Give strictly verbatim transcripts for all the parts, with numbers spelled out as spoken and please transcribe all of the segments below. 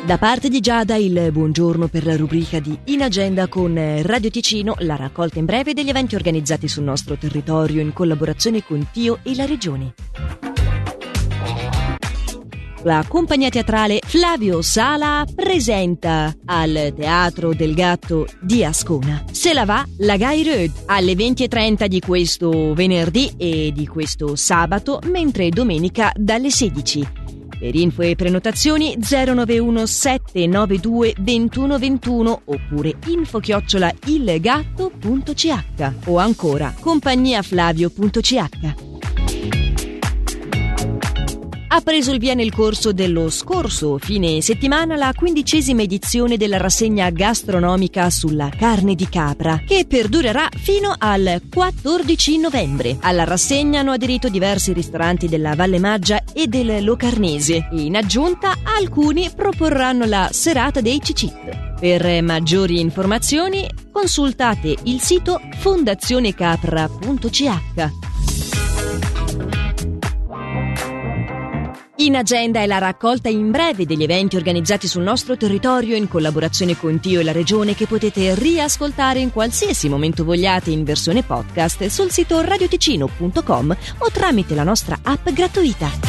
Da parte di Giada il buongiorno per la rubrica di In Agenda con Radio Ticino, la raccolta in breve degli eventi organizzati sul nostro territorio in collaborazione con Tio e la Regione. La compagnia teatrale Flavio Sala presenta al Teatro del Gatto di Ascona Se la va la Gai Röd alle venti e trenta di questo venerdì e di questo sabato, mentre domenica dalle sedici. Per info e prenotazioni zero nove uno sette nove due due uno due uno oppure info chiocciola ilgatto punto c h o ancora compagniaflavio punto c h. Ha preso il via nel corso dello scorso fine settimana la quindicesima edizione della rassegna gastronomica sulla carne di capra, che perdurerà fino al quattordici novembre. Alla rassegna hanno aderito diversi ristoranti della Valle Maggia e del Locarnese e in aggiunta alcuni proporranno la serata dei Cicit. Per maggiori informazioni consultate il sito fondazionecapra punto c h. In Agenda è la raccolta in breve degli eventi organizzati sul nostro territorio in collaborazione con Tio e la Regione, che potete riascoltare in qualsiasi momento vogliate in versione podcast sul sito radioticino punto com o tramite la nostra app gratuita.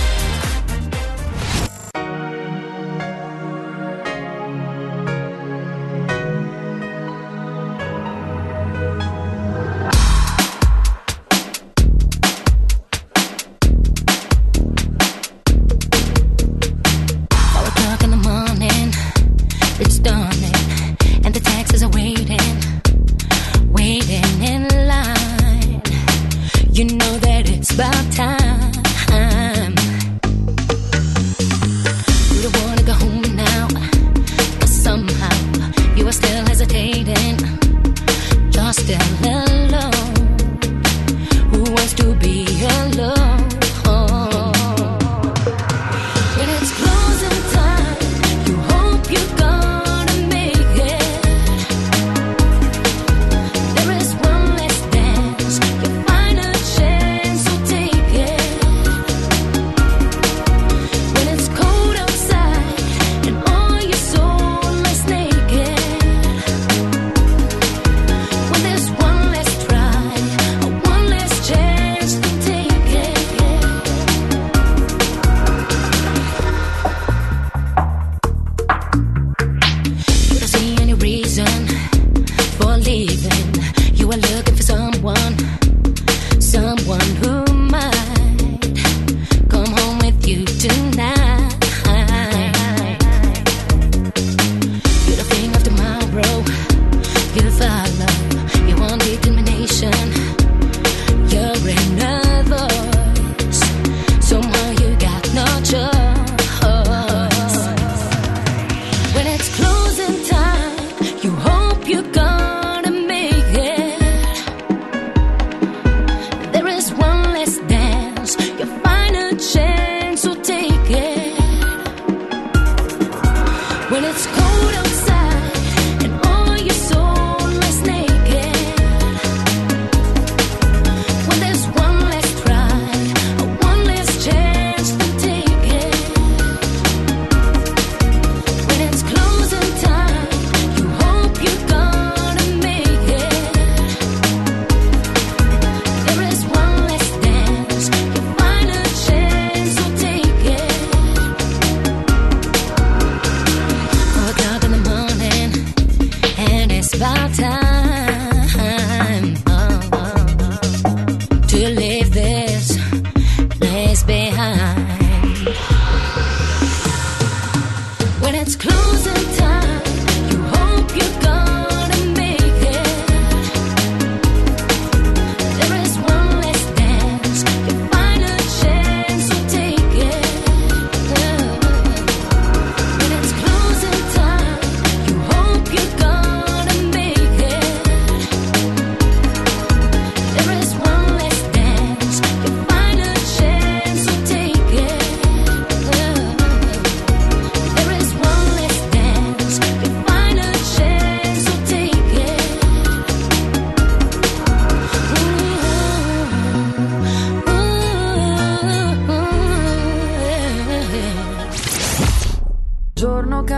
It's dawning, and the taxis are waiting, waiting in line. You know that it's about time.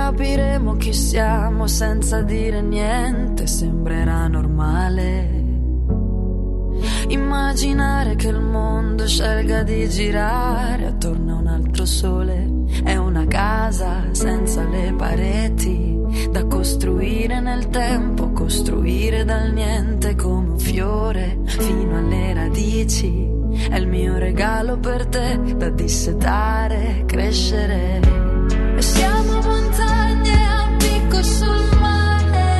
capiremo chi siamo senza dire niente, sembrerà normale. Immaginare che il mondo scelga di girare attorno a un altro sole. È una casa senza le pareti da costruire nel tempo, costruire dal niente come un fiore fino alle radici. È il mio regalo per te da dissetare, crescere. E siamo montagne a picco sul mare,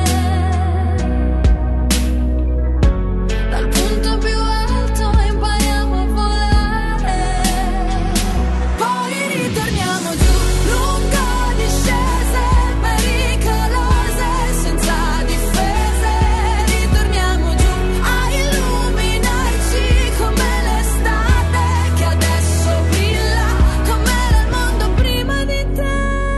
dal punto più alto impariamo a volare, poi ritorniamo giù lungo discese pericolose senza difese, ritorniamo giù a illuminarci come l'estate che adesso brilla, come era il mondo prima di te.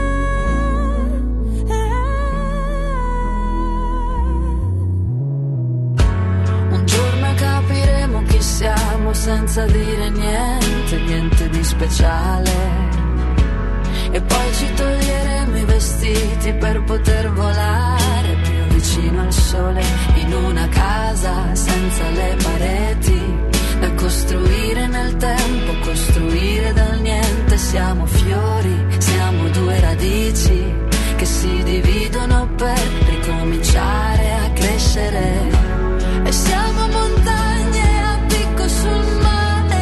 Un giorno capiremo chi siamo senza dire niente, niente di speciale. E poi ci toglieremo i vestiti per poter volare più vicino al sole, in una casa senza le pareti da costruire nel tempo, costruire dal niente. Siamo fiori, siamo due radici che si dividono per ricominciare a crescere. E siamo montagne a picco sul mare,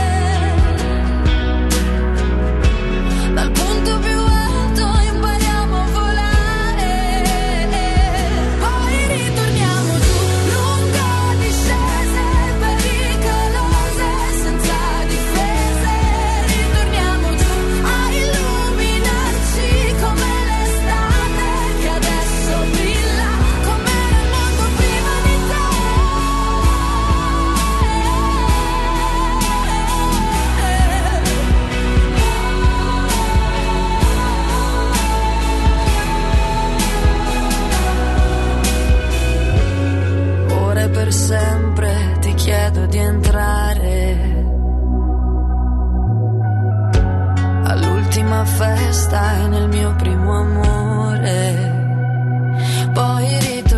dal punto più alto impariamo a volare, poi ritorniamo giù lungo discese pericolose senza difese, ritorniamo giù a illuminarci come l'estate che adesso brilla, come era il mondo prima di te. Ora e per sempre ti chiedo di entrare all'ultima festa e nel mio primo amore, poi ritorno